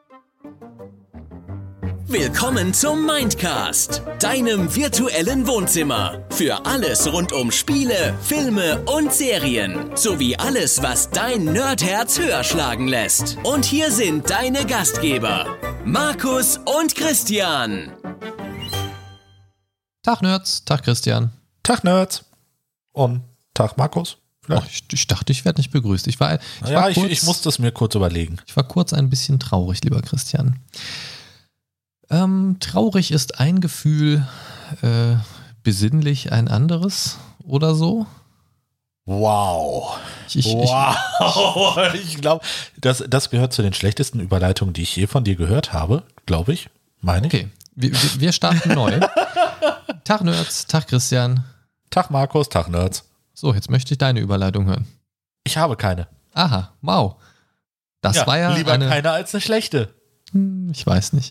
Willkommen zum Mindcast, deinem virtuellen Wohnzimmer. Für alles rund um Spiele, Filme und Serien. Sowie alles, was dein Nerdherz höher schlagen lässt. Und hier sind deine Gastgeber, Markus und Christian. Tag Nerds, Tag Christian. Tag Nerds. Und Tag Markus. Ach, ich dachte, ich werde nicht begrüßt. Ich musste es mir kurz überlegen. Ich war kurz ein bisschen traurig, lieber Christian. Traurig ist ein Gefühl, besinnlich ein anderes oder so. Wow. Wow. Ich glaube, das gehört zu den schlechtesten Überleitungen, die ich je von dir gehört habe, glaube ich, meine ich. Okay, wir starten neu. Tag Nerds, Tag Christian. Tag Markus, Tag Nerds. So, jetzt möchte ich deine Überleitung hören. Ich habe keine. Aha, wow. Das war ja lieber keine als eine schlechte. Ich weiß nicht.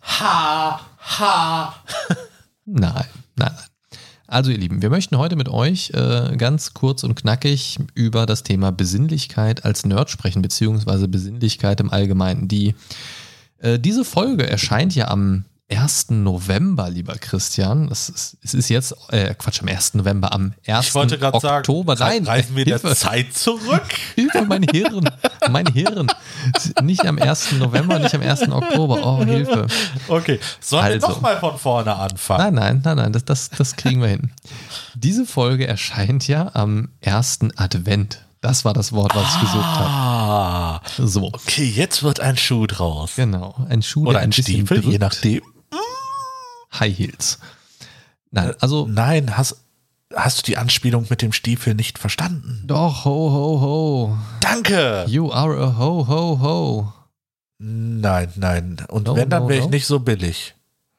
Nein. Also ihr Lieben, wir möchten heute mit euch ganz kurz und knackig über das Thema Besinnlichkeit als Nerd sprechen, beziehungsweise Besinnlichkeit im Allgemeinen. Diese Folge erscheint ja am 1. November, lieber Christian. Es ist jetzt, am 1. November, am 1. Ich wollte gerade Oktober. Sagen, reisen wir der Zeit zurück? Hilfe, mein Hirn. Nicht am 1. November, nicht am 1. Oktober. Oh, Hilfe. Okay, sollen wir nochmal von vorne anfangen? Nein, das kriegen wir hin. Diese Folge erscheint ja am 1. Advent. Das war das Wort, was ich gesucht habe. So. Okay, jetzt wird ein Schuh draus. Genau, ein Schuh, oder ein Stiefel, drückt. Je nachdem. High Heels. Nein, also. Nein, hast du die Anspielung mit dem Stiefel nicht verstanden? Doch, ho, ho, ho. Danke. You are a ho, ho, ho. Nein. Und wenn, dann wäre ich nicht so billig.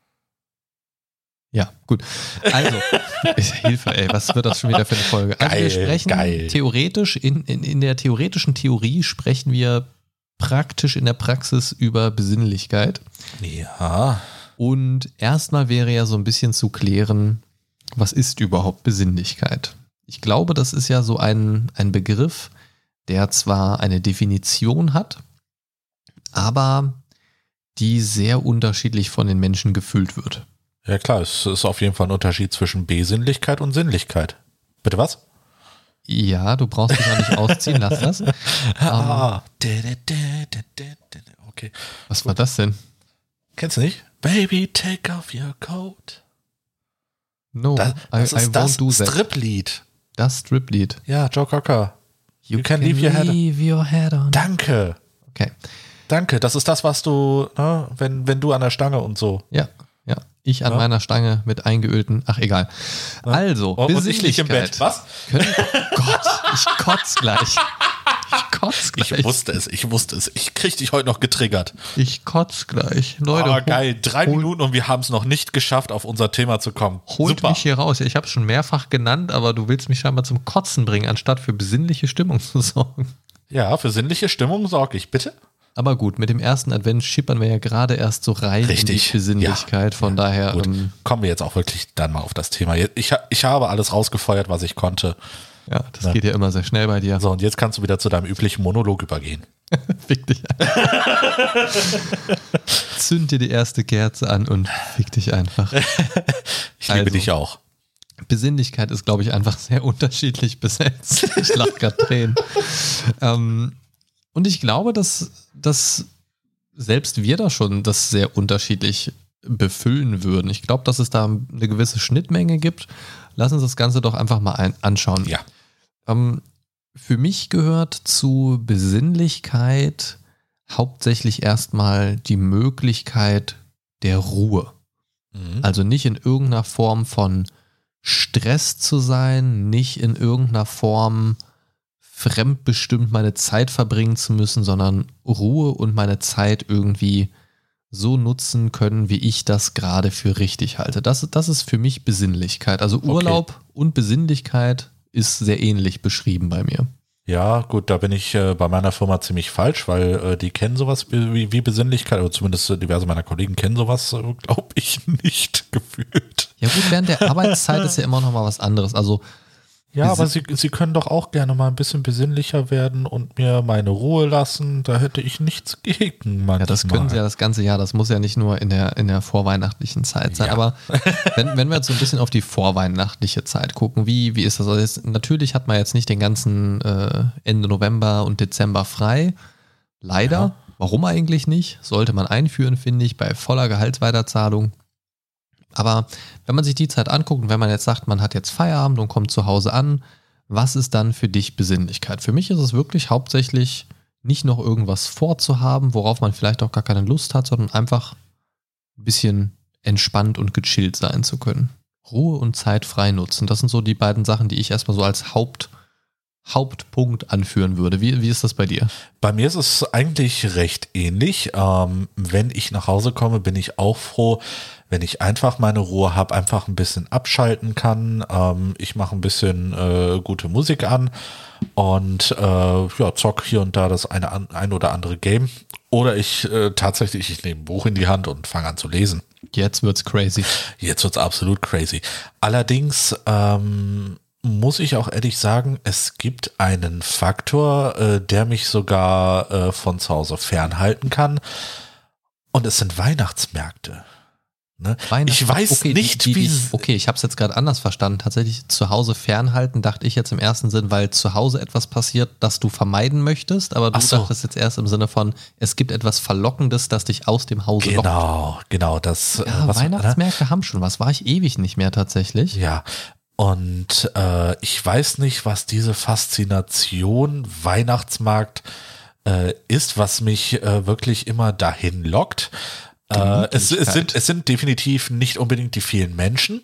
Ja, gut. Also, Hilfe, ey, was wird das schon wieder für eine Folge? Also wir sprechen theoretisch, in der theoretischen Theorie sprechen wir praktisch in der Praxis über Besinnlichkeit. Ja. Und erstmal wäre ja so ein bisschen zu klären, was ist überhaupt Besinnlichkeit? Ich glaube, das ist ja so ein Begriff, der zwar eine Definition hat, aber die sehr unterschiedlich von den Menschen gefüllt wird. Ja klar, es ist auf jeden Fall ein Unterschied zwischen Besinnlichkeit und Sinnlichkeit. Bitte was? Ja, du brauchst dich ja nicht ausziehen, lass das. Okay. Was war das denn? Kennst du nicht? Baby, take off your coat. No, das ist das Striplied. Das Striplied. Ja, Joe Cocker. You can leave your head on. Danke. Okay. Danke, das ist das, was du, wenn du an der Stange und so. Ja. Ich an meiner Stange mit eingeölten, ach egal. Also, und ich liege im Bett, was? Gott, ich kotz gleich. Ich wusste es. Ich krieg dich heute noch getriggert. Ich kotz gleich. Leute. Geil, 3 Minuten und wir haben es noch nicht geschafft, auf unser Thema zu kommen. Holt mich hier raus. Ich habe es schon mehrfach genannt, aber du willst mich scheinbar zum Kotzen bringen, anstatt für besinnliche Stimmung zu sorgen. Ja, für sinnliche Stimmung sorge ich, bitte. Aber gut, mit dem ersten Advent schippern wir ja gerade erst so rein in die Besinnlichkeit. Von daher. Gut. Kommen wir jetzt auch wirklich dann mal auf das Thema. Ich habe alles rausgefeuert, was ich konnte. Ja, das geht ja immer sehr schnell bei dir. So, und jetzt kannst du wieder zu deinem üblichen Monolog übergehen. Fick dich einfach. Zünd dir die erste Kerze an und fick dich einfach. Ich liebe dich auch. Besinnlichkeit ist, glaube ich, einfach sehr unterschiedlich besetzt. Ich lache gerade Tränen. Und ich glaube, dass selbst wir da schon das sehr unterschiedlich befüllen würden. Ich glaube, dass es da eine gewisse Schnittmenge gibt. Lass uns das Ganze doch einfach mal anschauen. Ja. Für mich gehört zu Besinnlichkeit hauptsächlich erstmal die Möglichkeit der Ruhe. Mhm. Also nicht in irgendeiner Form von Stress zu sein, nicht in irgendeiner Form fremdbestimmt meine Zeit verbringen zu müssen, sondern Ruhe und meine Zeit irgendwie so nutzen können, wie ich das gerade für richtig halte. Das ist für mich Besinnlichkeit. Also Urlaub und Besinnlichkeit ist sehr ähnlich beschrieben bei mir. Ja, gut, da bin ich bei meiner Firma ziemlich falsch, weil die kennen sowas wie Besinnlichkeit, oder zumindest diverse meiner Kollegen kennen sowas, glaube ich, nicht gefühlt. Ja gut, während der Arbeitszeit ist ja immer noch mal was anderes. Also Ja, aber Sie können doch auch gerne mal ein bisschen besinnlicher werden und mir meine Ruhe lassen. Da hätte ich nichts gegen manchmal. Ja, das können Sie ja das ganze Jahr. Das muss ja nicht nur in der vorweihnachtlichen Zeit sein. Ja. Aber wenn wir jetzt so ein bisschen auf die vorweihnachtliche Zeit gucken, wie ist das? Also natürlich hat man jetzt nicht den ganzen Ende November und Dezember frei. Leider. Ja. Warum eigentlich nicht? Sollte man einführen, finde ich, bei voller Gehaltsweiterzahlung. Aber wenn man sich die Zeit anguckt und wenn man jetzt sagt, man hat jetzt Feierabend und kommt zu Hause an, was ist dann für dich Besinnlichkeit? Für mich ist es wirklich hauptsächlich nicht noch irgendwas vorzuhaben, worauf man vielleicht auch gar keine Lust hat, sondern einfach ein bisschen entspannt und gechillt sein zu können. Ruhe und Zeit frei nutzen. Das sind so die beiden Sachen, die ich erstmal so als Hauptpunkt anführen würde. Wie ist das bei dir? Bei mir ist es eigentlich recht ähnlich. Wenn ich nach Hause komme, bin ich auch froh, wenn ich einfach meine Ruhe habe, einfach ein bisschen abschalten kann. Ich mache ein bisschen gute Musik an und zock hier und da das ein oder andere Game. Oder ich nehme ein Buch in die Hand und fange an zu lesen. Jetzt wird's crazy. Jetzt wird's absolut crazy. Allerdings muss ich auch ehrlich sagen, es gibt einen Faktor, der mich sogar von zu Hause fernhalten kann. Und es sind Weihnachtsmärkte. Ne? Ich weiß nicht, wie... Okay, ich habe es jetzt gerade anders verstanden. Tatsächlich zu Hause fernhalten, dachte ich jetzt im ersten Sinn, weil zu Hause etwas passiert, das du vermeiden möchtest. Aber du dachtest jetzt erst im Sinne von, es gibt etwas Verlockendes, das dich aus dem Hause lockt. Genau. Das, Weihnachtsmärkte haben schon was. War ich ewig nicht mehr tatsächlich. Ja, und ich weiß nicht, was diese Faszination Weihnachtsmarkt ist, was mich wirklich immer dahin lockt. Es sind definitiv nicht unbedingt die vielen Menschen.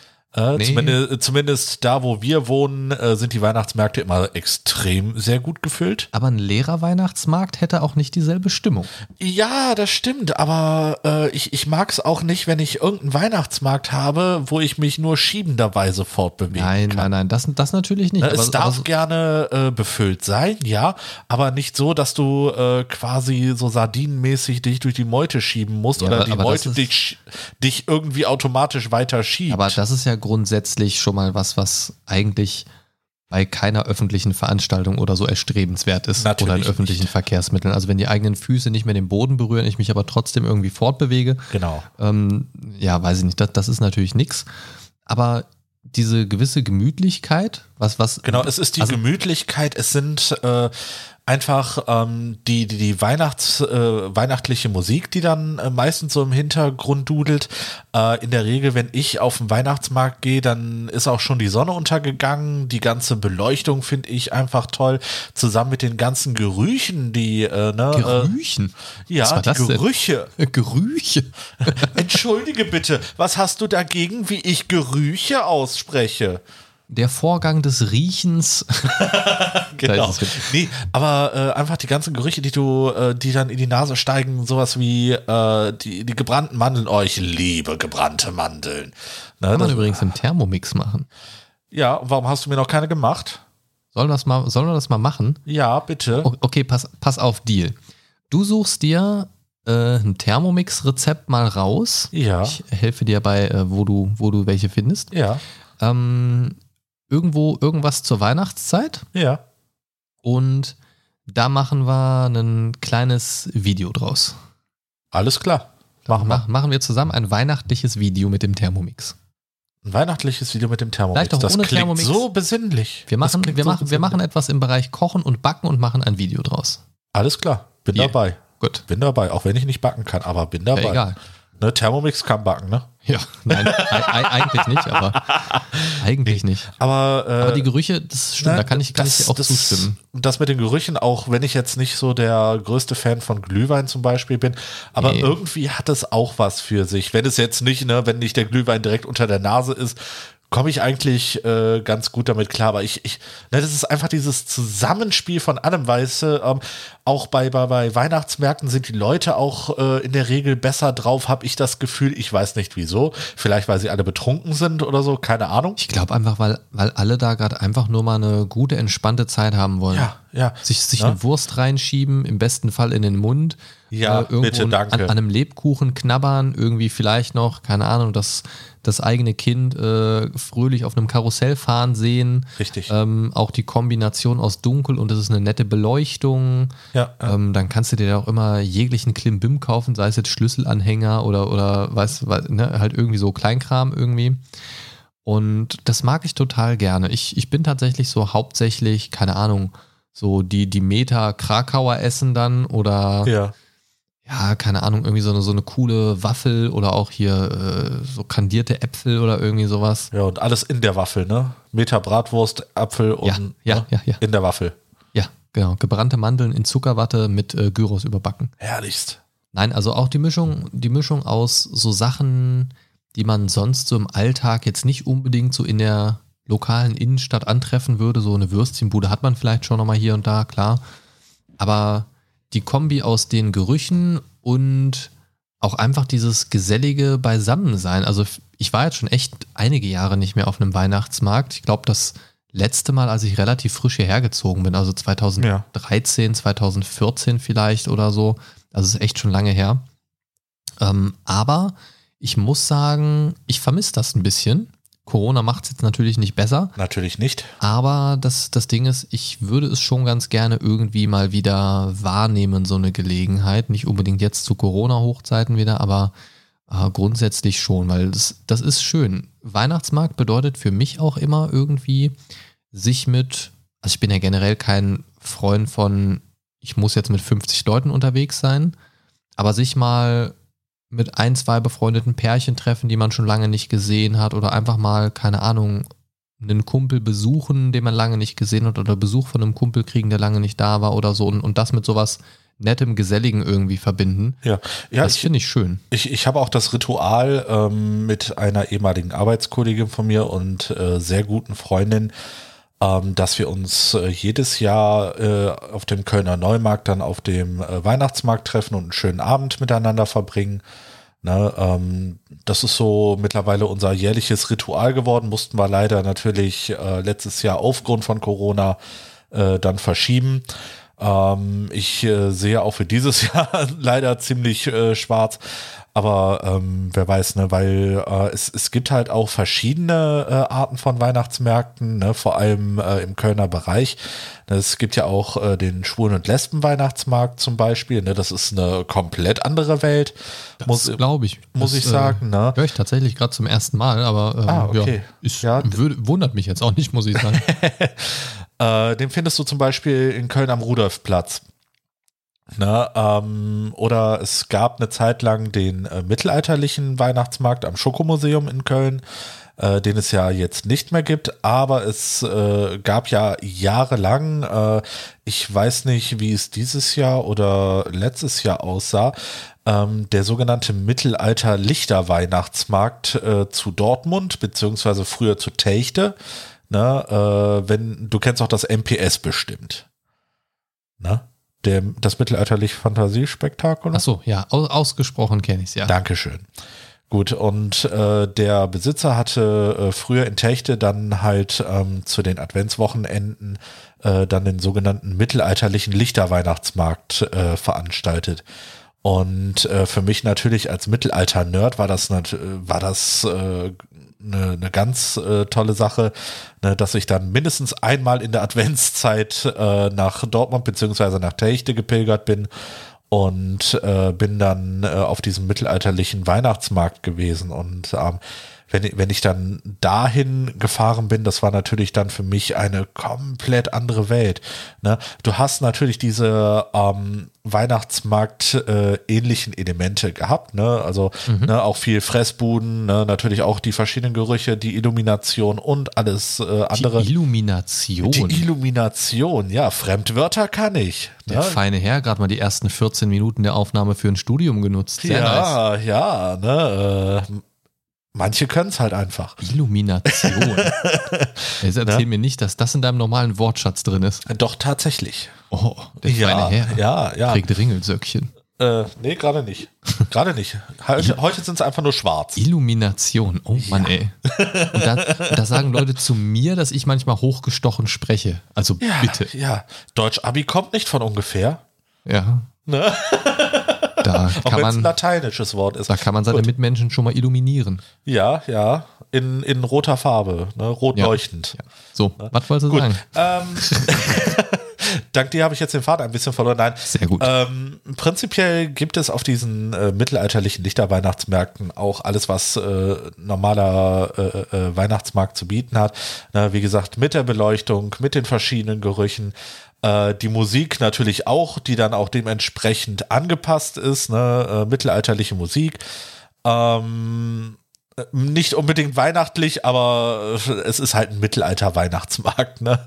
Nee. Zumindest da, wo wir wohnen, sind die Weihnachtsmärkte immer extrem sehr gut gefüllt. Aber ein leerer Weihnachtsmarkt hätte auch nicht dieselbe Stimmung. Ja, das stimmt, aber ich mag es auch nicht, wenn ich irgendeinen Weihnachtsmarkt habe, wo ich mich nur schiebenderweise fortbewegen kann. Nein, das natürlich nicht. Es darf gerne befüllt sein, ja, aber nicht so, dass du quasi so sardinenmäßig dich durch die Meute schieben musst oder die Meute dich irgendwie automatisch weiter schiebt. Aber das ist ja grundsätzlich schon mal was eigentlich bei keiner öffentlichen Veranstaltung oder so erstrebenswert ist. Natürlich oder in öffentlichen nicht. Verkehrsmitteln. Also wenn die eigenen Füße nicht mehr den Boden berühren, ich mich aber trotzdem irgendwie fortbewege. Genau. Weiß ich nicht, das ist natürlich nichts. Aber diese gewisse Gemütlichkeit, was... Genau, es ist die Gemütlichkeit, es sind einfach die weihnachtliche Musik, die dann meistens so im Hintergrund dudelt. In der Regel, wenn ich auf den Weihnachtsmarkt gehe, dann ist auch schon die Sonne untergegangen. Die ganze Beleuchtung finde ich einfach toll. Zusammen mit den ganzen Gerüchen, Gerüchen? Ja, die Gerüche. Gerüche? Entschuldige bitte, was hast du dagegen, wie ich Gerüche ausspreche? Der Vorgang des Riechens. Genau. Nee, aber einfach die ganzen Gerüche, die dann in die Nase steigen, sowas wie die gebrannten Mandeln. Oh, ich liebe gebrannte Mandeln. Ne, kann man übrigens im Thermomix machen. Ja, warum hast du mir noch keine gemacht? Sollen wir das mal machen? Ja, bitte. Okay, pass auf, Deal. Du suchst dir ein Thermomix-Rezept mal raus. Ja. Ich helfe dir bei, wo du welche findest. Ja. Irgendwas zur Weihnachtszeit. Ja. Und da machen wir ein kleines Video draus. Alles klar. Machen wir zusammen ein weihnachtliches Video mit dem Thermomix. Ein weihnachtliches Video mit dem Thermomix. Vielleicht auch das ohne klingt Thermomix. So besinnlich. Wir machen etwas im Bereich Kochen und Backen und machen ein Video draus. Alles klar. Bin dabei. Gut. Bin dabei, auch wenn ich nicht backen kann, aber bin dabei. Ja, egal. Ne, Thermomix kann backen, ne? Ja, nein, eigentlich nicht, aber eigentlich nicht. Aber die Gerüche, das stimmt, da kann ich auch zustimmen. Das mit den Gerüchen, auch wenn ich jetzt nicht so der größte Fan von Glühwein zum Beispiel bin, aber irgendwie hat es auch was für sich. Wenn es jetzt nicht, wenn nicht der Glühwein direkt unter der Nase ist, komme ich eigentlich ganz gut damit klar. Aber das ist einfach dieses Zusammenspiel von allem, weißt du, auch bei Weihnachtsmärkten sind die Leute auch in der Regel besser drauf, habe ich das Gefühl. Ich weiß nicht wieso. Vielleicht, weil sie alle betrunken sind oder so, keine Ahnung. Ich glaube einfach, weil alle da gerade einfach nur mal eine gute, entspannte Zeit haben wollen. Ja. Sich eine Wurst reinschieben, im besten Fall in den Mund. Ja, irgendwo bitte, danke. An einem Lebkuchen knabbern, irgendwie vielleicht noch, keine Ahnung, das eigene Kind fröhlich auf einem Karussell fahren sehen. Richtig. Auch die Kombination aus dunkel und es ist eine nette Beleuchtung. Ja. Dann kannst du dir auch immer jeglichen Klimbim kaufen, sei es jetzt Schlüsselanhänger oder halt irgendwie so Kleinkram irgendwie. Und das mag ich total gerne. Ich bin tatsächlich so hauptsächlich, keine Ahnung, so die Meter Krakauer essen dann oder keine Ahnung, irgendwie so eine coole Waffel oder auch hier so kandierte Äpfel oder irgendwie sowas. Ja, und alles in der Waffel, ne? Meter Bratwurst, Apfel und in der Waffel. Ja, genau. Gebrannte Mandeln in Zuckerwatte mit Gyros überbacken. Herrlichst. Nein, also auch die Mischung aus so Sachen, die man sonst so im Alltag jetzt nicht unbedingt so in der lokalen Innenstadt antreffen würde. So eine Würstchenbude hat man vielleicht schon nochmal hier und da, klar. Aber die Kombi aus den Gerüchen und auch einfach dieses gesellige Beisammensein. Also ich war jetzt schon echt einige Jahre nicht mehr auf einem Weihnachtsmarkt. Ich glaube, das letzte Mal, als ich relativ frisch hierher gezogen bin, also 2013, 2014 vielleicht oder so. Also ist echt schon lange her. Aber ich muss sagen, ich vermisse das ein bisschen. Corona macht es jetzt natürlich nicht besser. Natürlich nicht. Aber das Ding ist, ich würde es schon ganz gerne irgendwie mal wieder wahrnehmen, so eine Gelegenheit. Nicht unbedingt jetzt zu Corona-Hochzeiten wieder, aber grundsätzlich schon, weil das ist schön. Weihnachtsmarkt bedeutet für mich auch immer irgendwie also ich bin ja generell kein Freund von, ich muss jetzt mit 50 Leuten unterwegs sein, aber sich mal mit 1, 2 befreundeten Pärchen treffen, die man schon lange nicht gesehen hat oder einfach mal, keine Ahnung, einen Kumpel besuchen, den man lange nicht gesehen hat oder Besuch von einem Kumpel kriegen, der lange nicht da war oder so und das mit sowas Nettem, Geselligen irgendwie verbinden. Ja, das finde ich schön. Ich habe auch das Ritual mit einer ehemaligen Arbeitskollegin von mir und sehr guten Freundin, dass wir uns jedes Jahr auf dem Kölner Neumarkt dann auf dem Weihnachtsmarkt treffen und einen schönen Abend miteinander verbringen. Ne, das ist so mittlerweile unser jährliches Ritual geworden, mussten wir leider natürlich letztes Jahr aufgrund von Corona dann verschieben. Ich sehe auch für dieses Jahr leider ziemlich schwarz. Aber wer weiß, ne, weil es gibt halt auch verschiedene Arten von Weihnachtsmärkten, ne, vor allem im Kölner Bereich. Es gibt ja auch den Schwulen- und Lesben-Weihnachtsmarkt zum Beispiel. Ne, das ist eine komplett andere Welt. Das glaube ich. Muss ich sagen. Ne? Höre ich tatsächlich gerade zum ersten Mal, aber okay. Wundert mich jetzt auch nicht, muss ich sagen. Den findest du zum Beispiel in Köln am Rudolfplatz. Oder es gab eine Zeit lang den mittelalterlichen Weihnachtsmarkt am Schokomuseum in Köln, den es ja jetzt nicht mehr gibt, aber es gab ja jahrelang, ich weiß nicht, wie es dieses Jahr oder letztes Jahr aussah, der sogenannte Mittelalter-Lichter-Weihnachtsmarkt zu Dortmund, beziehungsweise früher zu Techte. Du kennst auch das MPS bestimmt. Ne? Das mittelalterliche Fantasiespektakel. Achso, ja, ausgesprochen kenne ich es, ja. Dankeschön. Gut, und der Besitzer hatte früher in Techte dann halt zu den Adventswochenenden dann den sogenannten mittelalterlichen Lichterweihnachtsmarkt veranstaltet. Und für mich natürlich als Mittelalter-Nerd war das eine ganz tolle Sache, ne, dass ich dann mindestens einmal in der Adventszeit nach Dortmund beziehungsweise nach Techte gepilgert bin und bin dann auf diesem mittelalterlichen Weihnachtsmarkt gewesen. Und wenn ich dann dahin gefahren bin, das war natürlich dann für mich eine komplett andere Welt. Ne? Du hast natürlich diese Weihnachtsmarkt ähnlichen Elemente gehabt, ne? Also ne, auch viel Fressbuden, ne? Natürlich auch die verschiedenen Gerüche, die Illumination und alles andere. Die Illumination, ja, Fremdwörter kann ich. Der feine Herr, gerade mal die ersten 14 Minuten der Aufnahme für ein Studium genutzt. Sehr nice. Ja, ne, manche können es halt einfach. Illumination. Jetzt erzähl mir nicht, dass das in deinem normalen Wortschatz drin ist. Doch, tatsächlich. Oh, der feine Herr. Ja. Trägt Ringelsöckchen. Nee, gerade nicht. Gerade nicht. Heute sind es einfach nur schwarz. Illumination, oh Mann, ey. Und da sagen Leute zu mir, dass ich manchmal hochgestochen spreche. Also Ja, bitte. ja. Deutsch-Abi kommt nicht von ungefähr. Ja. Ne? Da Auch kann wenn es ein man, lateinisches Wort ist. da kann man seine Gut. Mitmenschen schon mal illuminieren. Ja, ja. In roter Farbe, ne? Rot Ja. leuchtend. Ja. So, was wolltest du Gut. sagen? Dank dir habe ich jetzt den Faden ein bisschen verloren. Nein. Sehr gut. Prinzipiell gibt es auf diesen mittelalterlichen Lichterweihnachtsmärkten auch alles, was normaler Weihnachtsmarkt zu bieten hat. Na, wie gesagt, mit der Beleuchtung, mit den verschiedenen Gerüchen. Die Musik natürlich auch, die dann auch dementsprechend angepasst ist. Ne? Mittelalterliche Musik. Nicht unbedingt weihnachtlich, aber es ist halt ein Mittelalter-Weihnachtsmarkt. Ne?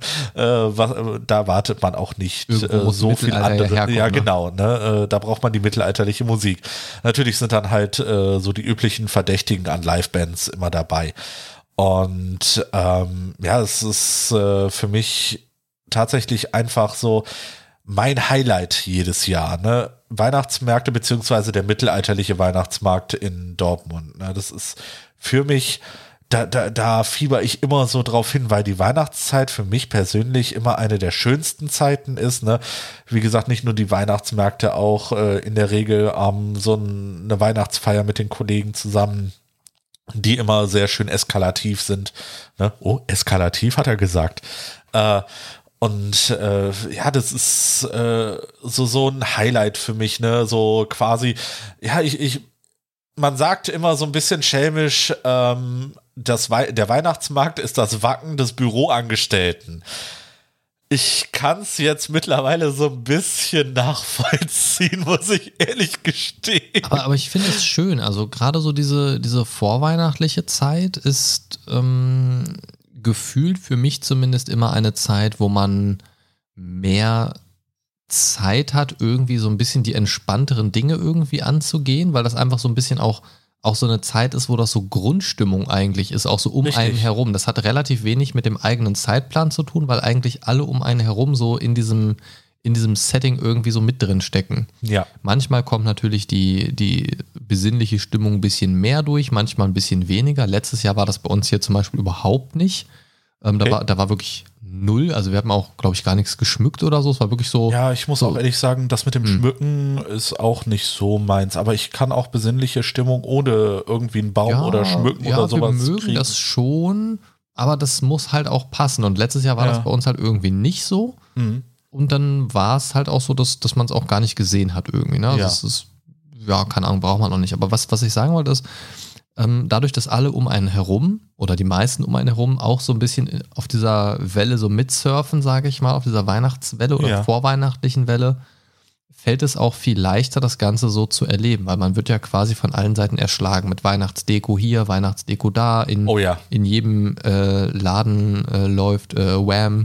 Da wartet man auch nicht so viel andere. Herkommen, Ja, genau. Ne? Da braucht man die mittelalterliche Musik. Natürlich sind dann halt so die üblichen Verdächtigen an Livebands immer dabei. Und ja, es ist für mich tatsächlich einfach so mein Highlight jedes Jahr, ne? Weihnachtsmärkte beziehungsweise der mittelalterliche Weihnachtsmarkt in Dortmund. Ne? Das ist für mich, da fieber ich immer so drauf hin, weil die Weihnachtszeit für mich persönlich immer eine der schönsten Zeiten ist. Ne? Wie gesagt, nicht nur die Weihnachtsmärkte, auch in der Regel so eine Weihnachtsfeier mit den Kollegen zusammen, die immer sehr schön eskalativ sind. Ne? Oh, eskalativ hat er gesagt. Und ja, das ist so ein Highlight für mich, ne? So quasi, ja, man sagt immer so ein bisschen schelmisch, der Weihnachtsmarkt ist das Wacken des Büroangestellten. Ich kann es jetzt mittlerweile so ein bisschen nachvollziehen, muss ich ehrlich gestehen. Aber ich finde es schön. Also gerade so diese vorweihnachtliche Zeit ist gefühlt für mich zumindest immer eine Zeit, wo man mehr Zeit hat, irgendwie so ein bisschen die entspannteren Dinge irgendwie anzugehen, weil das einfach so ein bisschen auch so eine Zeit ist, wo das so Grundstimmung eigentlich ist, auch so um Richtig. einen herum. Das hat relativ wenig mit dem eigenen Zeitplan zu tun, weil eigentlich alle um einen herum so in diesem Setting irgendwie so mit drin stecken. Ja. Manchmal kommt natürlich die besinnliche Stimmung ein bisschen mehr durch, manchmal ein bisschen weniger. Letztes Jahr war das bei uns hier zum Beispiel überhaupt nicht. Okay. Da war wirklich null. Also wir haben auch, glaube ich, gar nichts geschmückt oder so. Es war wirklich so. Ja, ich muss auch ehrlich sagen, das mit dem Schmücken ist auch nicht so meins. Aber ich kann auch besinnliche Stimmung ohne irgendwie einen Baum oder Schmücken oder sowas wir mögen kriegen. das schon, aber das muss halt auch passen. Und letztes Jahr war das bei uns halt irgendwie nicht so. Mhm. Und dann war es halt auch so, dass man es auch gar nicht gesehen hat irgendwie. Ne? Also Ja. es ist, ja, keine Ahnung, braucht man noch nicht. Aber was ich sagen wollte ist, dadurch, dass alle um einen herum oder die meisten um einen herum auch so ein bisschen auf dieser Welle so mitsurfen, sage ich mal, auf dieser Weihnachtswelle oder vorweihnachtlichen Welle, fällt es auch viel leichter, das Ganze so zu erleben, weil man wird ja quasi von allen Seiten erschlagen mit Weihnachtsdeko hier, Weihnachtsdeko da, in jedem Laden läuft Wham!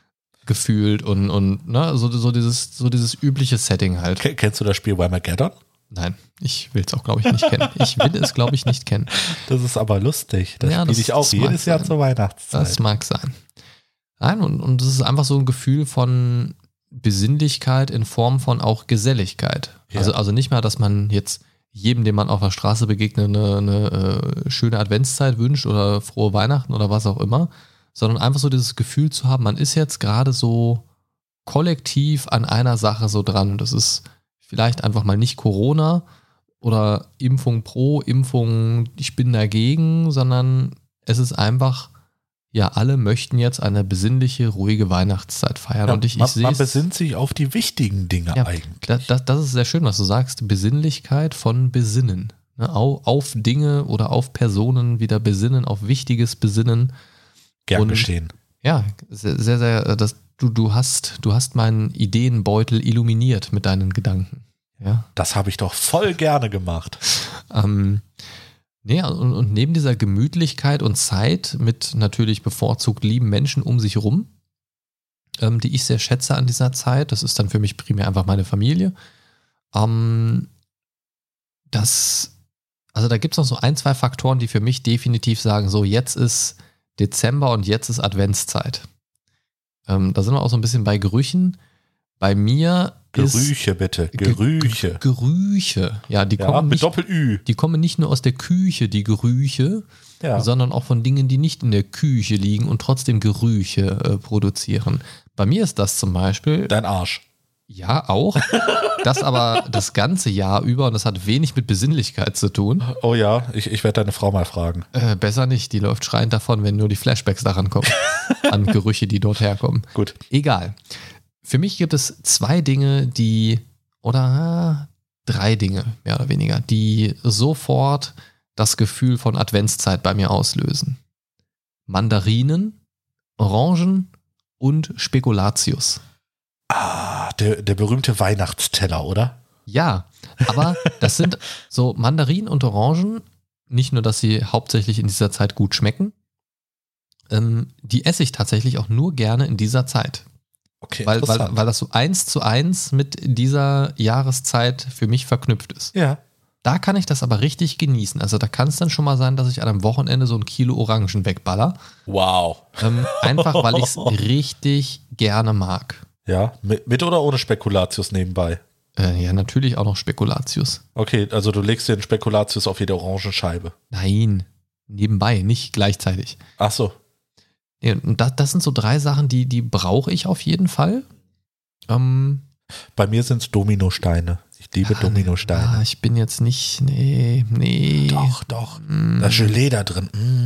Gefühlt und ne, so dieses übliche Setting halt. Kennst du das Spiel Whamageddon? Nein, ich will es auch, glaube ich, nicht kennen. Ich will es, glaube ich, nicht kennen. Das ist aber lustig. Das spiele ich auch das mag jedes Jahr sein. zur Weihnachtszeit. Das mag sein. Nein, und es ist einfach so ein Gefühl von Besinnlichkeit in Form von auch Geselligkeit. Ja. Also nicht mal, dass man jetzt jedem, dem man auf der Straße begegnet, eine schöne Adventszeit wünscht oder frohe Weihnachten oder was auch immer, sondern einfach so dieses Gefühl zu haben, man ist jetzt gerade so kollektiv an einer Sache so dran. Und das ist vielleicht einfach mal nicht Corona oder Impfung pro, Impfung, ich bin dagegen, sondern es ist einfach, ja, alle möchten jetzt eine besinnliche, ruhige Weihnachtszeit feiern. Ja, und ich sehe man es. besinnt sich auf die wichtigen Dinge eigentlich. Das ist sehr schön, was du sagst. Besinnlichkeit von Besinnen. Ne, auf Dinge oder auf Personen wieder besinnen, auf Wichtiges besinnen. Gern geschehen. Ja, sehr, sehr, sehr, du hast meinen Ideenbeutel illuminiert mit deinen Gedanken. Ja. Das habe ich doch voll gerne gemacht. Nee, und neben dieser Gemütlichkeit und Zeit mit natürlich bevorzugt lieben Menschen um sich rum, die ich sehr schätze an dieser Zeit, das ist dann für mich primär einfach meine Familie, da gibt es noch so 1, 2 Faktoren, die für mich definitiv sagen, so jetzt ist Dezember und jetzt ist Adventszeit. Da sind wir auch so ein bisschen bei Gerüchen. Bei mir Gerüche bitte, Gerüche. Gerüche. Ja, die kommen mit nicht, Doppel-Ü. Die kommen nicht nur aus der Küche, die Gerüche, sondern auch von Dingen, die nicht in der Küche liegen und trotzdem Gerüche produzieren. Bei mir ist das zum Beispiel... Dein Arsch. Ja, auch. Das aber das ganze Jahr über und das hat wenig mit Besinnlichkeit zu tun. Oh ja, ich werde deine Frau mal fragen. Besser nicht, die läuft schreiend davon, wenn nur die Flashbacks daran kommen. An Gerüche, die dort herkommen. Gut. Egal. Für mich gibt es 2 Dinge, oder 3 Dinge, mehr oder weniger, die sofort das Gefühl von Adventszeit bei mir auslösen. Mandarinen, Orangen und Spekulatius. Der berühmte Weihnachtsteller, oder? Ja, aber das sind so Mandarinen und Orangen, nicht nur, dass sie hauptsächlich in dieser Zeit gut schmecken, die esse ich tatsächlich auch nur gerne in dieser Zeit. Okay, weil das so 1:1 mit dieser Jahreszeit für mich verknüpft ist. Ja. Da kann ich das aber richtig genießen. Also da kann es dann schon mal sein, dass ich an einem Wochenende so 1 Kilo Orangen wegballer. Wow. Einfach, weil ich es richtig gerne mag. Ja, mit oder ohne Spekulatius nebenbei? Ja, natürlich auch noch Spekulatius. Okay, also du legst dir den Spekulatius auf jede Orangenscheibe. Nein, nebenbei, nicht gleichzeitig. Ach so. Ja, und das sind so 3 Sachen, die brauche ich auf jeden Fall. Bei mir sind es Dominosteine. Ich liebe Dominosteine. Ich bin jetzt nicht, nee. Doch. Das Gelee da drin.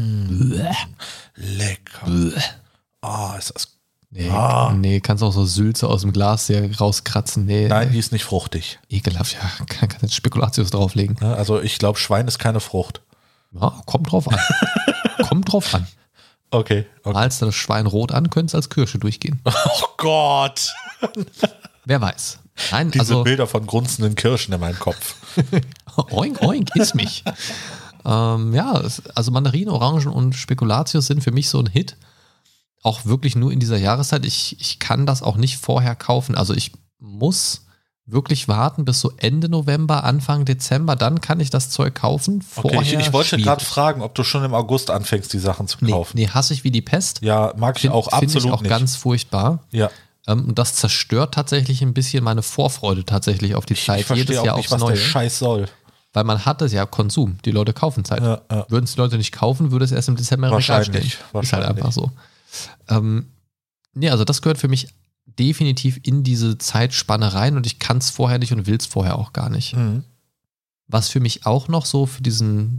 Lecker. Ist das Nee, kannst auch so Sülze aus dem Glas hier rauskratzen. Nee, Nein, die ist nicht fruchtig. Ekelhaft, ja, kann jetzt Spekulatius drauflegen. Ja, also ich glaube, Schwein ist keine Frucht. Ja, kommt drauf an. Kommt drauf an. Okay. Malst du das Schwein rot an, könnte es als Kirsche durchgehen. Oh Gott. Wer weiß. Nein, Diese Bilder von grunzenden Kirschen in meinem Kopf. Oink, oink, iss mich. Also Mandarinen, Orangen und Spekulatius sind für mich so ein Hit. Auch wirklich nur in dieser Jahreszeit. Ich kann das auch nicht vorher kaufen. Also ich muss wirklich warten bis so Ende November, Anfang Dezember. Dann kann ich das Zeug kaufen. Vorher okay, ich wollte schwierig. gerade fragen, ob du schon im August anfängst, die Sachen zu kaufen. Nee, hasse ich wie die Pest. Ja, mag ich auch absolut Finde ich auch nicht. ganz furchtbar. Ja. Und das zerstört tatsächlich ein bisschen meine Vorfreude tatsächlich auf die Zeit. Ich verstehe jedes auch Jahr nicht, aufs was Neue. der Scheiß soll. Weil man hat es ja Konsum. Die Leute kaufen es halt. Ja. Würden es die Leute nicht kaufen, würde es erst im Dezember im Regal stehen. Ist halt einfach so. Also das gehört für mich definitiv in diese Zeitspanne rein und ich kann es vorher nicht und will es vorher auch gar nicht. Mhm. Was für mich auch noch so für diesen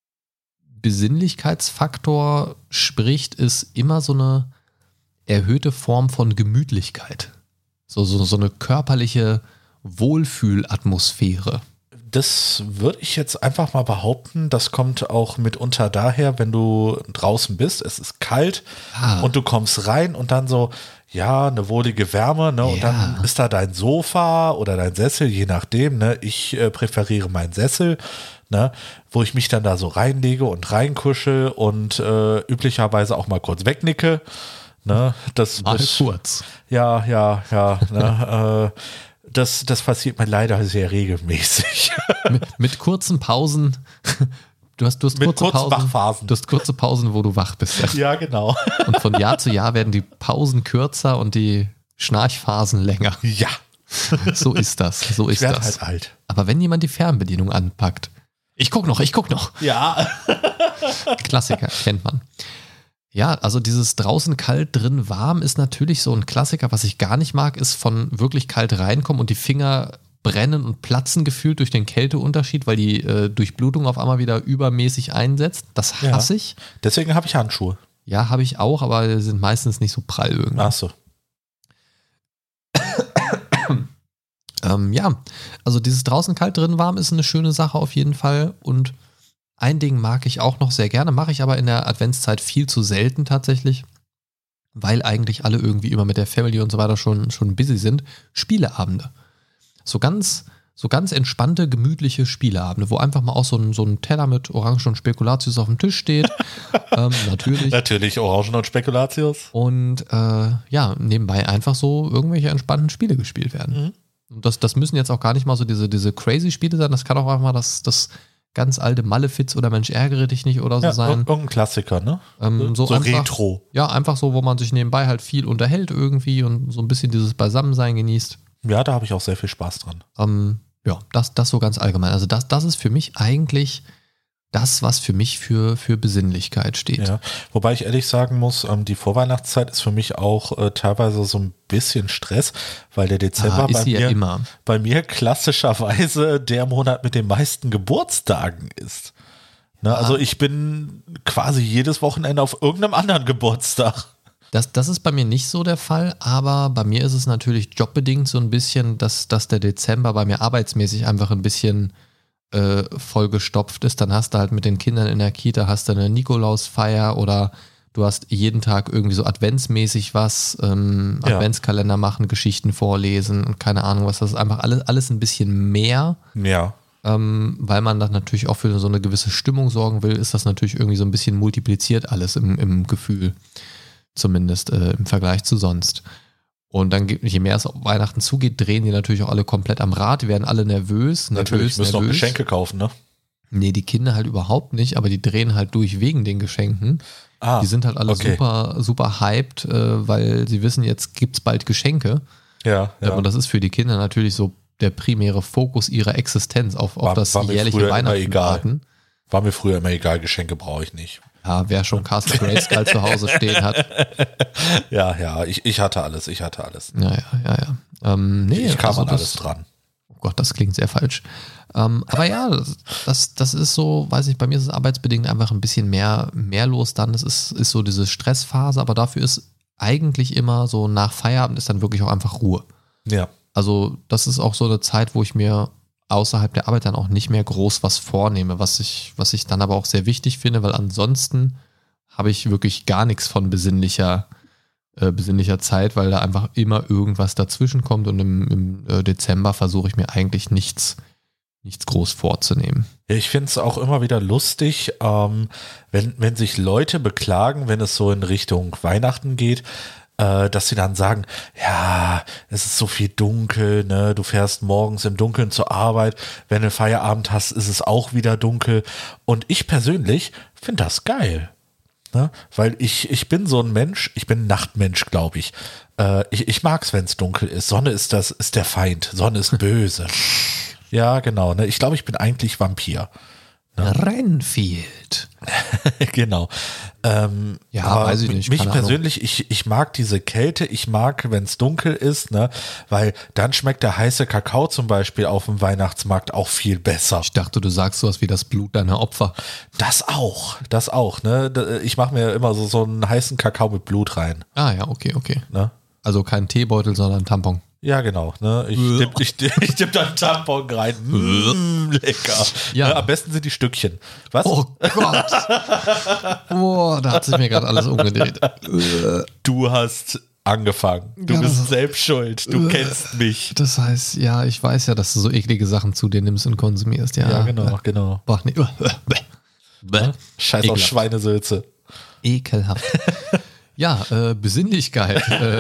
Besinnlichkeitsfaktor spricht, ist immer so eine erhöhte Form von Gemütlichkeit. So eine körperliche Wohlfühlatmosphäre. Das würde ich jetzt einfach mal behaupten, das kommt auch mitunter daher, wenn du draußen bist, es ist kalt und du kommst rein und dann so, ja, eine wohlige Wärme, ne? Und dann ist da dein Sofa oder dein Sessel, je nachdem, ne? Ich präferiere meinen Sessel, ne? Wo ich mich dann da so reinlege und reinkuschel und üblicherweise auch mal kurz wegnicke. Ne? Kurz. Ja. Ne? Das passiert mir leider sehr regelmäßig. Mit kurzen Pausen. Du hast kurze Pausen. Wachphasen. Du hast kurze Pausen, wo du wach bist. Ja, genau. Und von Jahr zu Jahr werden die Pausen kürzer und die Schnarchphasen länger. Ja. So ist das. Ich werde halt alt. Aber wenn jemand die Fernbedienung anpackt. Ich guck noch. Ja. Klassiker, kennt man. Ja, also dieses draußen kalt, drin warm ist natürlich so ein Klassiker. Was ich gar nicht mag, ist von wirklich kalt reinkommen und die Finger brennen und platzen gefühlt durch den Kälteunterschied, weil die Durchblutung auf einmal wieder übermäßig einsetzt. Das hasse ich. Deswegen habe ich Handschuhe. Ja, habe ich auch, aber die sind meistens nicht so prall irgendwie. Ach so. Also dieses draußen kalt, drin warm ist eine schöne Sache auf jeden Fall und ein Ding mag ich auch noch sehr gerne, mache ich aber in der Adventszeit viel zu selten tatsächlich, weil eigentlich alle irgendwie immer mit der Family und so weiter schon busy sind. Spieleabende. So ganz entspannte, gemütliche Spieleabende, wo einfach mal auch so ein Teller mit Orangen und Spekulatius auf dem Tisch steht. Natürlich. Natürlich Orangen und Spekulatius. Und nebenbei einfach so irgendwelche entspannten Spiele gespielt werden. Mhm. Und das müssen jetzt auch gar nicht mal so diese crazy Spiele sein, das kann auch einfach mal das ganz alte Malefiz oder Mensch ärgere dich nicht oder so sein. Irgendein Klassiker, ne? So einfach, Retro. Ja, einfach so, wo man sich nebenbei halt viel unterhält irgendwie und so ein bisschen dieses Beisammensein genießt. Ja, da habe ich auch sehr viel Spaß dran. Ja, das so ganz allgemein. Also das ist für mich eigentlich das, was für mich für Besinnlichkeit steht. Ja, wobei ich ehrlich sagen muss, die Vorweihnachtszeit ist für mich auch teilweise so ein bisschen Stress, weil der Dezember bei mir klassischerweise der Monat mit den meisten Geburtstagen ist. Ne, also ich bin quasi jedes Wochenende auf irgendeinem anderen Geburtstag. Das ist bei mir nicht so der Fall, aber bei mir ist es natürlich jobbedingt so ein bisschen, dass der Dezember bei mir arbeitsmäßig einfach ein bisschen vollgestopft ist. Dann hast du halt mit den Kindern in der Kita, hast du eine Nikolausfeier oder du hast jeden Tag irgendwie so adventsmäßig was, Adventskalender machen, Geschichten vorlesen und keine Ahnung was. Das ist einfach alles ein bisschen mehr. Ja. Weil man dann natürlich auch für so eine gewisse Stimmung sorgen will, ist das natürlich irgendwie so ein bisschen multipliziert alles im Gefühl. Zumindest im Vergleich zu sonst. Und dann, je mehr es auf Weihnachten zugeht, drehen die natürlich auch alle komplett am Rad. Die werden alle nervös. Natürlich, müssen auch Geschenke kaufen, ne? Nee, die Kinder halt überhaupt nicht, aber die drehen halt durch wegen den Geschenken. Die sind halt alle super, super hyped, weil sie wissen, jetzt gibt's bald Geschenke. Ja. Und das ist für die Kinder natürlich so der primäre Fokus ihrer Existenz auf das jährliche Weihnachten warten. War mir früher immer egal, Geschenke brauche ich nicht. Ja, wer schon Castle Grayskull zu Hause stehen hat. Ja, ich hatte alles. Ja. Ich kam an alles dran. Oh Gott, das klingt sehr falsch. Aber ja, das ist so, weiß ich, bei mir ist es arbeitsbedingt einfach ein bisschen mehr los dann. Es ist so diese Stressphase, aber dafür ist eigentlich immer so nach Feierabend ist dann wirklich auch einfach Ruhe. Ja. Also das ist auch so eine Zeit, wo ich mir außerhalb der Arbeit dann auch nicht mehr groß was vornehme, was ich dann aber auch sehr wichtig finde, weil ansonsten habe ich wirklich gar nichts von besinnlicher Zeit, weil da einfach immer irgendwas dazwischen kommt und im Dezember versuche ich mir eigentlich nichts groß vorzunehmen. Ich finde es auch immer wieder lustig, wenn sich Leute beklagen, wenn es so in Richtung Weihnachten geht, dass sie dann sagen, ja, es ist so viel dunkel, ne? Du fährst morgens im Dunkeln zur Arbeit, wenn du Feierabend hast, ist es auch wieder dunkel. Und ich persönlich finde das geil, ne? Weil ich bin so ein Mensch, ich bin ein Nachtmensch, glaube ich. Ich mag es, wenn es dunkel ist. Sonne ist der Feind, Sonne ist böse. Ja, genau, ne? Ich glaube, ich bin eigentlich Vampir. Ne? Renfield. Genau. Weiß ich nicht. Mich persönlich, ich mag diese Kälte, ich mag, wenn es dunkel ist, ne, weil dann schmeckt der heiße Kakao zum Beispiel auf dem Weihnachtsmarkt auch viel besser. Ich dachte, du sagst sowas wie das Blut deiner Opfer. Das auch, ne. Ich mache mir immer so einen heißen Kakao mit Blut rein. Ah ja, okay. Ne? Also kein Teebeutel, sondern Tampon. Ja, genau, ne? Ich tipp da einen Tampon rein. Lecker. Ja. Ne, am besten sind die Stückchen. Was? Oh Gott. Boah, da hat sich mir gerade alles umgedreht. Du hast angefangen. Du bist selbst schuld. Du kennst mich. Das heißt, ja, ich weiß ja, dass du so eklige Sachen zu dir nimmst und konsumierst. Ja, genau. Boah, nee. Scheiß auf Schweinesülze. Ekelhaft. Ja, Besinnlichkeit.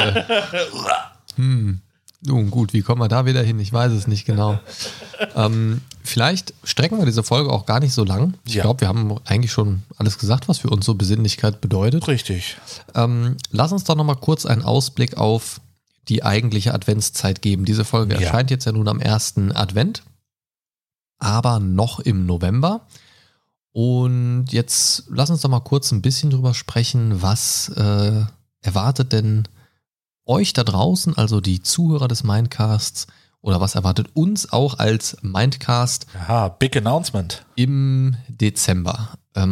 Nun gut, wie kommen wir da wieder hin? Ich weiß es nicht genau. Vielleicht strecken wir diese Folge auch gar nicht so lang. Ich glaube, wir haben eigentlich schon alles gesagt, was für uns so Besinnlichkeit bedeutet. Richtig. Lass uns doch nochmal kurz einen Ausblick auf die eigentliche Adventszeit geben. Diese Folge erscheint jetzt ja nun am 1. Advent, aber noch im November. Und jetzt lass uns doch mal kurz ein bisschen drüber sprechen, was erwartet denn euch da draußen, also die Zuhörer des Mindcasts, oder was erwartet uns auch als Mindcast? Ja, Big Announcement. Im Dezember.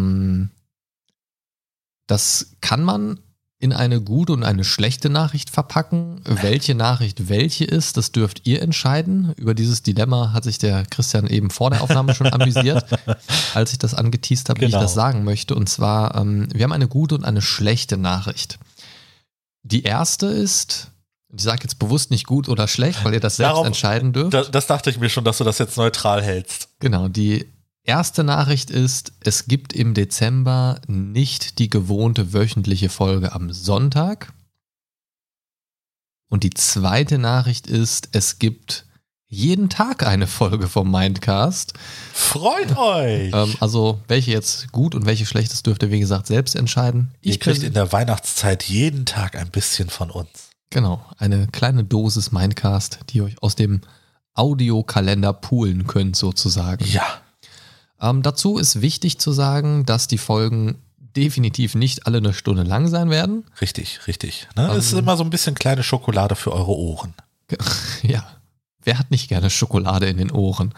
Das kann man in eine gute und eine schlechte Nachricht verpacken. Welche Nachricht welche ist, das dürft ihr entscheiden. Über dieses Dilemma hat sich der Christian eben vor der Aufnahme schon amüsiert, als ich das angeteast habe, wie ich das sagen möchte. Und zwar, wir haben eine gute und eine schlechte Nachricht. Die erste ist, ich sage jetzt bewusst nicht gut oder schlecht, weil ihr das selbst entscheiden dürft. Das dachte ich mir schon, dass du das jetzt neutral hältst. Genau, die erste Nachricht ist, es gibt im Dezember nicht die gewohnte wöchentliche Folge am Sonntag. Und die zweite Nachricht ist, es gibt jeden Tag eine Folge vom Mindcast. Freut euch! Also welche jetzt gut und welche schlecht ist, dürft ihr wie gesagt selbst entscheiden. Ihr kriegt in der Weihnachtszeit jeden Tag ein bisschen von uns. Genau, eine kleine Dosis Mindcast, die ihr euch aus dem Audiokalender poolen könnt sozusagen. Ja. Dazu ist wichtig zu sagen, dass die Folgen definitiv nicht alle eine Stunde lang sein werden. Richtig. Ne? Es ist immer so ein bisschen kleine Schokolade für eure Ohren. Ja, wer hat nicht gerne Schokolade in den Ohren?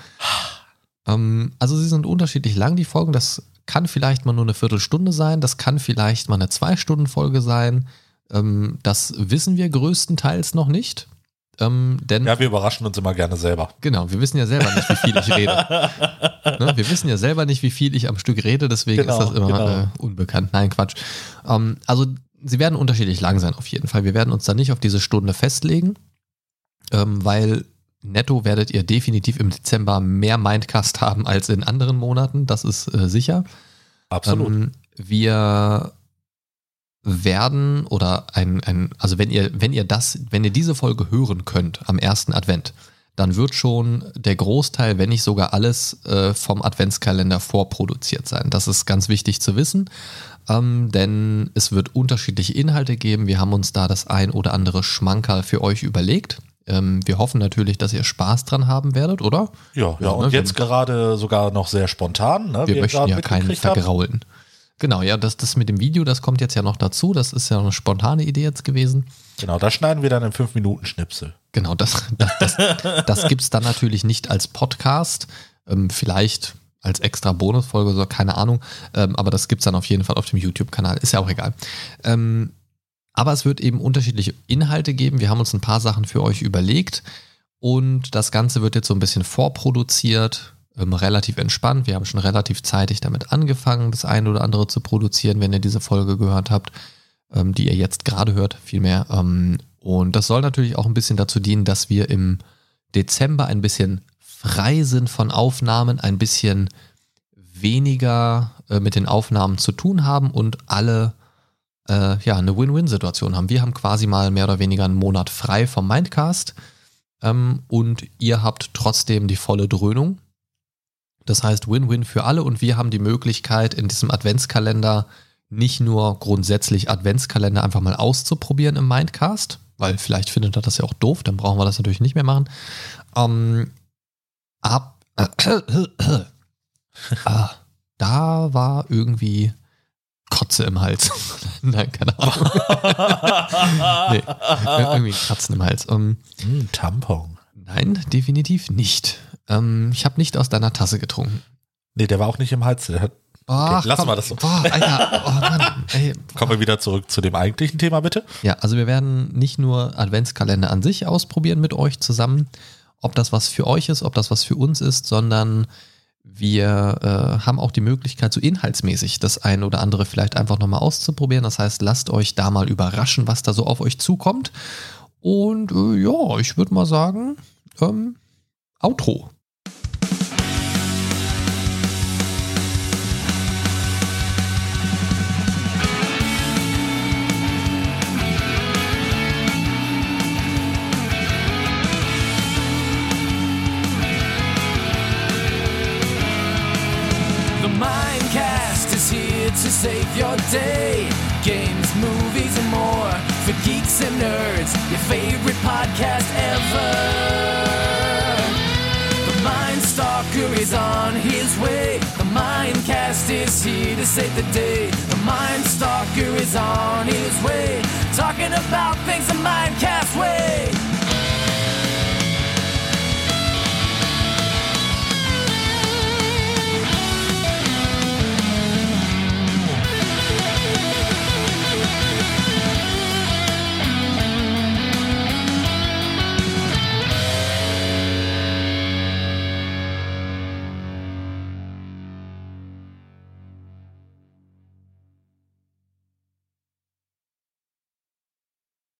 Also sie sind unterschiedlich lang, die Folgen. Das kann vielleicht mal nur eine Viertelstunde sein, das kann vielleicht mal eine 2-Stunden-Folge sein. Das wissen wir größtenteils noch nicht. Denn ja, wir überraschen uns immer gerne selber. Genau, wir wissen ja selber nicht, wie viel ich rede. Ne? Wir wissen ja selber nicht, wie viel ich am Stück rede, deswegen ist das immer unbekannt. Nein, Quatsch. Also sie werden unterschiedlich lang sein auf jeden Fall. Wir werden uns da nicht auf diese Stunde festlegen, weil netto werdet ihr definitiv im Dezember mehr Mindcast haben als in anderen Monaten, das ist sicher. Absolut. Wir werden oder also wenn ihr diese Folge hören könnt am ersten Advent, dann wird schon der Großteil, wenn nicht sogar alles vom Adventskalender vorproduziert sein. Das ist ganz wichtig zu wissen, denn es wird unterschiedliche Inhalte geben. Wir haben uns da das ein oder andere Schmankerl für euch überlegt. Wir hoffen natürlich, dass ihr Spaß dran haben werdet, oder? Ja, und jetzt gerade sogar noch sehr spontan. Ne? Wir möchten ja keinen vergraulen. Genau, ja, das mit dem Video, das kommt jetzt ja noch dazu. Das ist ja eine spontane Idee jetzt gewesen. Genau, da schneiden wir dann im 5-Minuten-Schnipsel. Genau, das gibt es dann natürlich nicht als Podcast, vielleicht als extra Bonusfolge oder so, keine Ahnung. Aber das gibt es dann auf jeden Fall auf dem YouTube-Kanal, ist ja auch egal. Aber es wird eben unterschiedliche Inhalte geben. Wir haben uns ein paar Sachen für euch überlegt und das Ganze wird jetzt so ein bisschen vorproduziert. Relativ entspannt. Wir haben schon relativ zeitig damit angefangen, das eine oder andere zu produzieren, wenn ihr diese Folge gehört habt, die ihr jetzt gerade hört, vielmehr. Und das soll natürlich auch ein bisschen dazu dienen, dass wir im Dezember ein bisschen frei sind von Aufnahmen, ein bisschen weniger mit den Aufnahmen zu tun haben und alle eine Win-Win-Situation haben. Wir haben quasi mal mehr oder weniger einen Monat frei vom Mindcast und ihr habt trotzdem die volle Dröhnung. Das heißt Win-Win für alle und wir haben die Möglichkeit in diesem Adventskalender nicht nur grundsätzlich Adventskalender einfach mal auszuprobieren im Mindcast, weil vielleicht findet ihr das ja auch doof, dann brauchen wir das natürlich nicht mehr machen. Da war irgendwie Kotze im Hals. Nein, keine Ahnung. Nee, irgendwie Kratzen im Hals. Tampon. Nein, definitiv nicht. Ich habe nicht aus deiner Tasse getrunken. Nee, der war auch nicht im Hals. Okay, lassen wir das so. Mann, ey. Kommen wir wieder zurück zu dem eigentlichen Thema, bitte. Ja, also wir werden nicht nur Adventskalender an sich ausprobieren mit euch zusammen, ob das was für euch ist, ob das was für uns ist, sondern wir haben auch die Möglichkeit, so inhaltsmäßig das ein oder andere vielleicht einfach nochmal auszuprobieren. Das heißt, lasst euch da mal überraschen, was da so auf euch zukommt. Und ich würde mal sagen, Outro. The Mindcast is here to save your day. Games, movies and more for geeks and nerds. Your favorite podcast ever. The Mindstalker is on his way. The Mindcast is here to save the day. The Mindstalker is on his way. Talking about things the Mindcast way.